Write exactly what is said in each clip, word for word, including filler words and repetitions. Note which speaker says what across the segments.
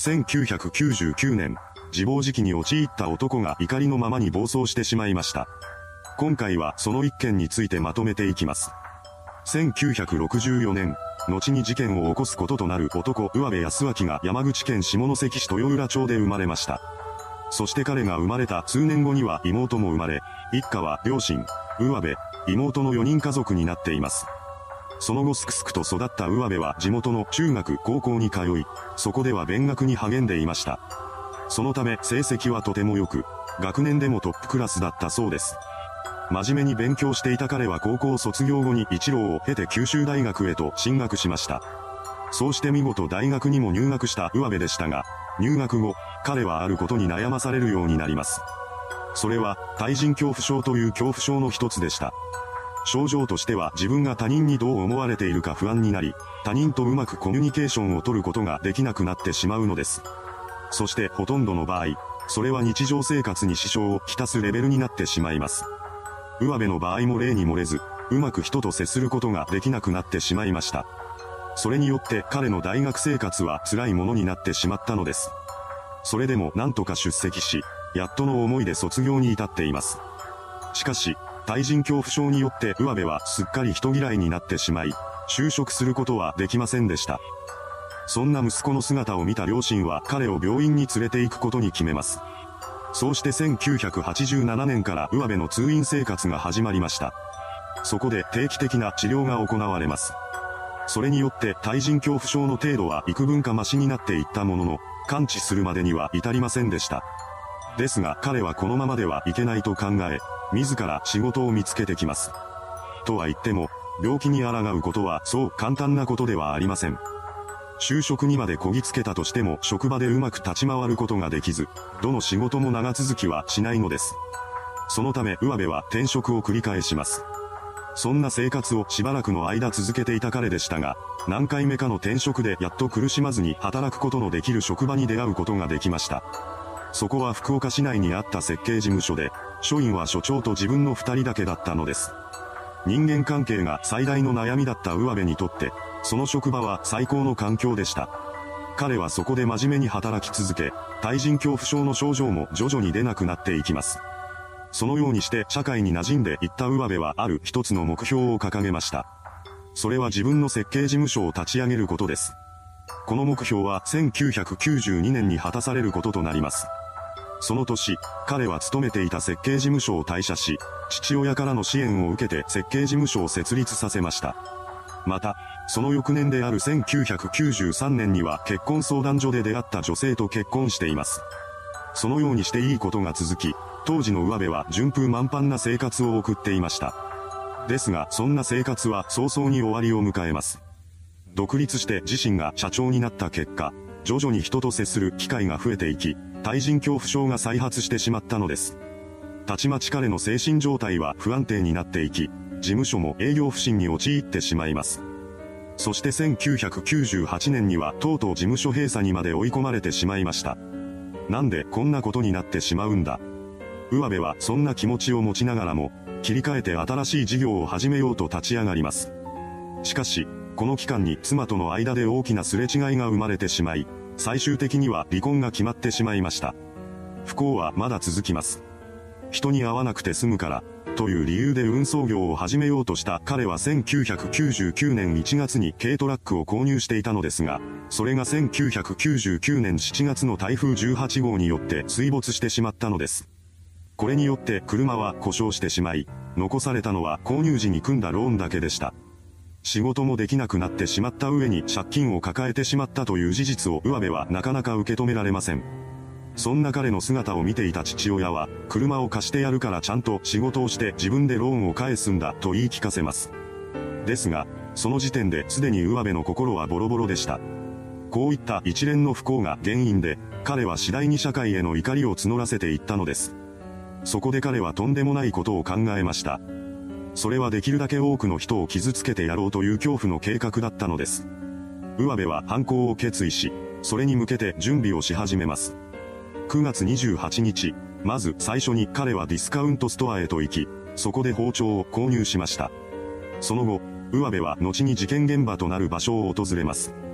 Speaker 1: せんきゅうひゃくきゅうじゅうきゅうねん、自暴自棄に陥った男が怒りのままに暴走してしまいました。今回はその一件についてまとめていきます。せんきゅうひゃくろくじゅうよねん、後に事件を起こすこととなる男、上部康明が山口県下関市豊浦町で生まれました。そして彼が生まれた数年後には妹も生まれ、一家は両親、上部、妹のよにん家族になっています。その後すくすくと育った上部は地元の中学高校に通い、そこでは勉学に励んでいました。そのため成績はとても良く、学年でもトップクラスだったそうです。真面目に勉強していた彼は高校卒業後に一浪を経て九州大学へと進学しました。そうして見事大学にも入学した上部でしたが、入学後、彼はあることに悩まされるようになります。それは、対人恐怖症という恐怖症の一つでした。症状としては自分が他人にどう思われているか不安になり、他人とうまくコミュニケーションを取ることができなくなってしまうのです。そしてほとんどの場合、それは日常生活に支障をきたすレベルになってしまいます。上部の場合も例に漏れず、うまく人と接することができなくなってしまいました。それによって彼の大学生活は辛いものになってしまったのです。それでも何とか出席し、やっとの思いで卒業に至っています。しかし、対人恐怖症によって上部はすっかり人嫌いになってしまい、就職することはできませんでした。そんな息子の姿を見た両親は彼を病院に連れて行くことに決めます。そうしてせんきゅうひゃくはちじゅうななねんから上部の通院生活が始まりました。そこで定期的な治療が行われます。それによって対人恐怖症の程度は幾分かマシになっていったものの、完治するまでには至りませんでした。ですが彼はこのままではいけないと考え、自ら仕事を見つけてきます。とは言っても、病気に抗うことはそう簡単なことではありません。就職にまでこぎつけたとしても職場でうまく立ち回ることができず、どの仕事も長続きはしないのです。そのため上部は転職を繰り返します。そんな生活をしばらくの間続けていた彼でしたが、何回目かの転職でやっと苦しまずに働くことのできる職場に出会うことができました。そこは福岡市内にあった設計事務所で、所員は所長と自分の二人だけだったのです。人間関係が最大の悩みだった上部にとって、その職場は最高の環境でした。彼はそこで真面目に働き続け、対人恐怖症の症状も徐々に出なくなっていきます。そのようにして社会に馴染んでいった上部はある一つの目標を掲げました。それは自分の設計事務所を立ち上げることです。この目標はせんきゅうひゃくきゅうじゅうにねんに果たされることとなります。その年、彼は勤めていた設計事務所を退社し、父親からの支援を受けて設計事務所を設立させました。また、その翌年であるせんきゅうひゃくきゅうじゅうさんねんには結婚相談所で出会った女性と結婚しています。そのようにしていいことが続き、当時の上部は順風満帆な生活を送っていました。ですが、そんな生活は早々に終わりを迎えます。独立して自身が社長になった結果、徐々に人と接する機会が増えていき、対人恐怖症が再発してしまったのです。たちまち彼の精神状態は不安定になっていき、事務所も営業不振に陥ってしまいます。そしてせんきゅうひゃくきゅうじゅうはちねんにはとうとう事務所閉鎖にまで追い込まれてしまいました。なんでこんなことになってしまうんだ。上部はそんな気持ちを持ちながらも、切り替えて新しい事業を始めようと立ち上がります。しかし、この期間に妻との間で大きなすれ違いが生まれてしまい、最終的には離婚が決まってしまいました。不幸はまだ続きます。人に会わなくて済むから、という理由で運送業を始めようとした彼はせんきゅうひゃくきゅうじゅうきゅうねんいちがつに軽トラックを購入していたのですが、それがせんきゅうひゃくきゅうじゅうきゅうねんしちがつの台風じゅうはちごうによって水没してしまったのです。これによって車は故障してしまい、残されたのは購入時に組んだローンだけでした。仕事もできなくなってしまった上に借金を抱えてしまったという事実を上部はなかなか受け止められません。そんな彼の姿を見ていた父親は、車を貸してやるからちゃんと仕事をして自分でローンを返すんだと言い聞かせます。ですが、その時点ですでに上部の心はボロボロでした。こういった一連の不幸が原因で、彼は次第に社会への怒りを募らせていったのです。そこで彼はとんでもないことを考えました。それはできるだけ多くの人を傷つけてやろうという恐怖の計画だったのです。上部は犯行を決意し、それに向けて準備をし始めます。くがつにじゅうはちにち、まず最初に彼はディスカウントストアへと行き、そこで包丁を購入しました。その後、上部は後に事件現場となる場所を訪れます。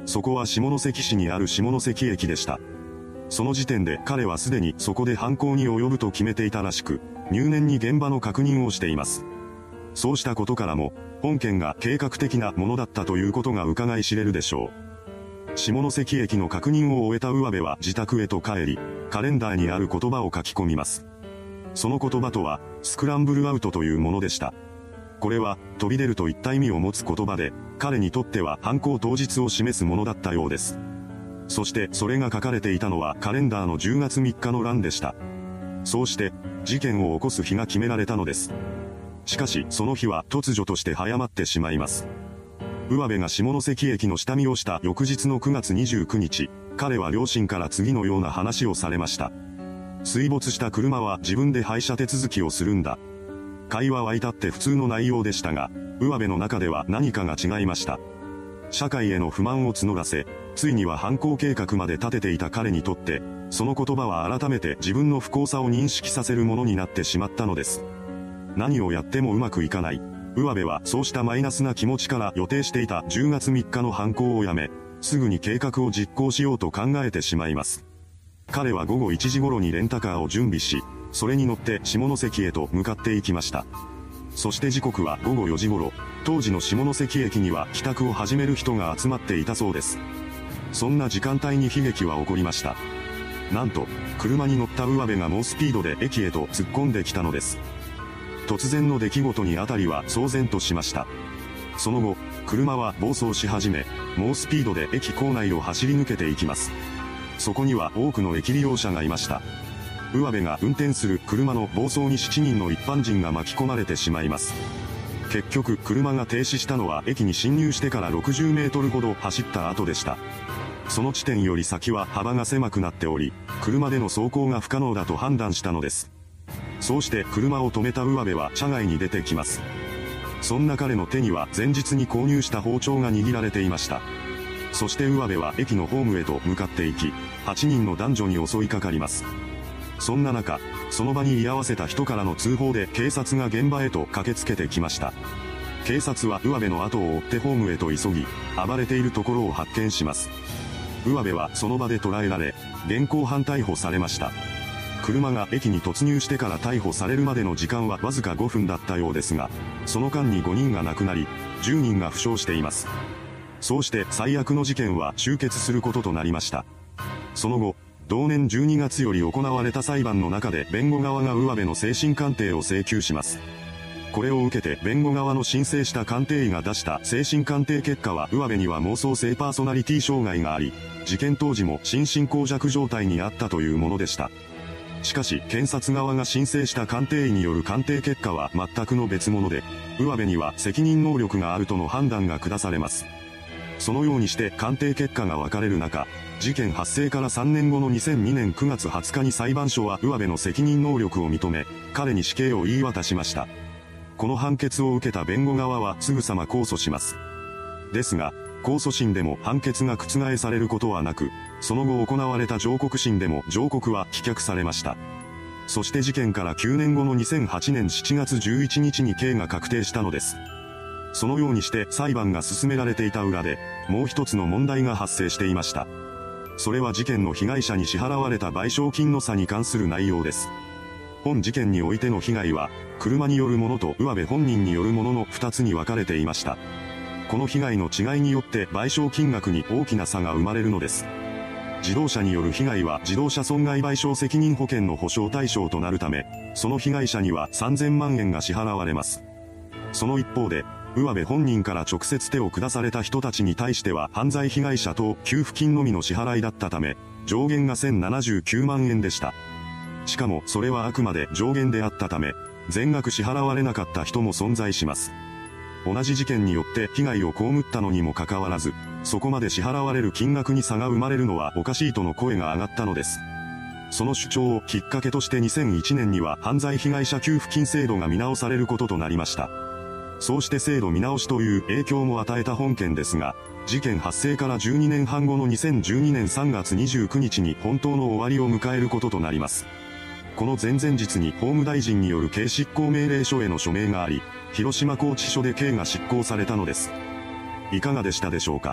Speaker 1: そこは下関市にある下関駅でした。その時点で彼はすでにそこで犯行に及ぶと決めていたらしく、入念に現場の確認をしています。そうしたことからも、本件が計画的なものだったということが伺い知れるでしょう。下関駅の確認を終えた上部は自宅へと帰り、カレンダーにある言葉を書き込みます。その言葉とは、スクランブルアウトというものでした。これは、飛び出るといった意味を持つ言葉で、彼にとっては犯行当日を示すものだったようです。そしてそれが書かれていたのはカレンダーのじゅうがつみっかの欄でした。そうして、事件を起こす日が決められたのです。しかし、その日は突如として早まってしまいます。上部が下関駅の下見をした翌日のくがつにじゅうくにち、彼は両親から次のような話をされました。水没した車は自分で廃車手続きをするんだ。会話は至って普通の内容でしたが、上部の中では何かが違いました。社会への不満を募らせ、ついには犯行計画まで立てていた彼にとって、その言葉は改めて自分の不幸さを認識させるものになってしまったのです。何をやってもうまくいかない。上部はそうしたマイナスな気持ちから予定していたじゅうがつみっかの犯行をやめ、すぐに計画を実行しようと考えてしまいます。彼はごごいちじ頃にレンタカーを準備し、それに乗って下関へと向かっていきました。そして時刻はごごよじ頃、当時の下関駅には帰宅を始める人が集まっていたそうです。そんな時間帯に悲劇は起こりました。なんと、車に乗った上部が猛スピードで駅へと突っ込んできたのです。突然の出来事に辺りは騒然としました。その後、車は暴走し始め、猛スピードで駅構内を走り抜けていきます。そこには多くの駅利用者がいました。上部が運転する車の暴走にしちにんの一般人が巻き込まれてしまいます。結局、車が停止したのは駅に進入してからろくじゅうメートルほど走った後でした。その地点より先は幅が狭くなっており、車での走行が不可能だと判断したのです。そうして車を止めた上部は車外に出てきます。そんな彼の手には前日に購入した包丁が握られていました。そして上部は駅のホームへと向かっていき、はちにんの男女に襲いかかります。そんな中、その場に居合わせた人からの通報で警察が現場へと駆けつけてきました。警察は上部の後を追ってホームへと急ぎ、暴れているところを発見します。上部はその場で捕らえられ、現行犯逮捕されました。車が駅に突入してから逮捕されるまでの時間はわずかごふんだったようですが、その間にごにんが亡くなり、じゅうにんが負傷しています。そうして最悪の事件は終結することとなりました。その後、同年じゅうにがつより行われた裁判の中で弁護側が上部の精神鑑定を請求します。これを受けて弁護側の申請した鑑定医が出した精神鑑定結果は上部には妄想性パーソナリティ障害があり、事件当時も心神耗弱状態にあったというものでした。しかし検察側が申請した鑑定医による鑑定結果は全くの別物で、上部には責任能力があるとの判断が下されます。そのようにして鑑定結果が分かれる中、事件発生からさんねんごのにせんにねんくがつはつかに裁判所は上部の責任能力を認め、彼に死刑を言い渡しました。この判決を受けた弁護側はすぐさま控訴します。ですが、控訴審でも判決が覆されることはなく、その後行われた上告審でも上告は棄却されました。そして事件からきゅうねんごのにせんはちねんしちがつじゅういちにちに刑が確定したのです。そのようにして裁判が進められていた裏で、もう一つの問題が発生していました。それは事件の被害者に支払われた賠償金の差に関する内容です。本事件においての被害は、車によるものと上部本人によるものの二つに分かれていました。この被害の違いによって賠償金額に大きな差が生まれるのです。自動車による被害は自動車損害賠償責任保険の保証対象となるため、その被害者にはさんぜんまんえんが支払われます。その一方で、上部本人から直接手を下された人たちに対しては犯罪被害者等給付金のみの支払いだったため、上限がせんななじゅうきゅうまんえんでした。しかもそれはあくまで上限であったため、全額支払われなかった人も存在します。同じ事件によって被害を被ったのにもかかわらず、そこまで支払われる金額に差が生まれるのはおかしいとの声が上がったのです。その主張をきっかけとしてにせんいちねんには犯罪被害者給付金制度が見直されることとなりました。そうして制度見直しという影響も与えた本件ですが、事件発生からじゅうにねんはん後のにせんじゅうにねんさんがつにじゅうくにちに本当の終わりを迎えることとなります。この前々日に法務大臣による刑執行命令書への署名があり、広島拘置所で刑が執行されたのです。いかがでしたでしょうか。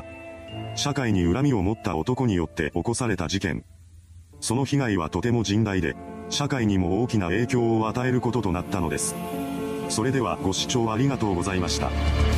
Speaker 1: 社会に恨みを持った男によって起こされた事件。その被害はとても甚大で、社会にも大きな影響を与えることとなったのです。それではご視聴ありがとうございました。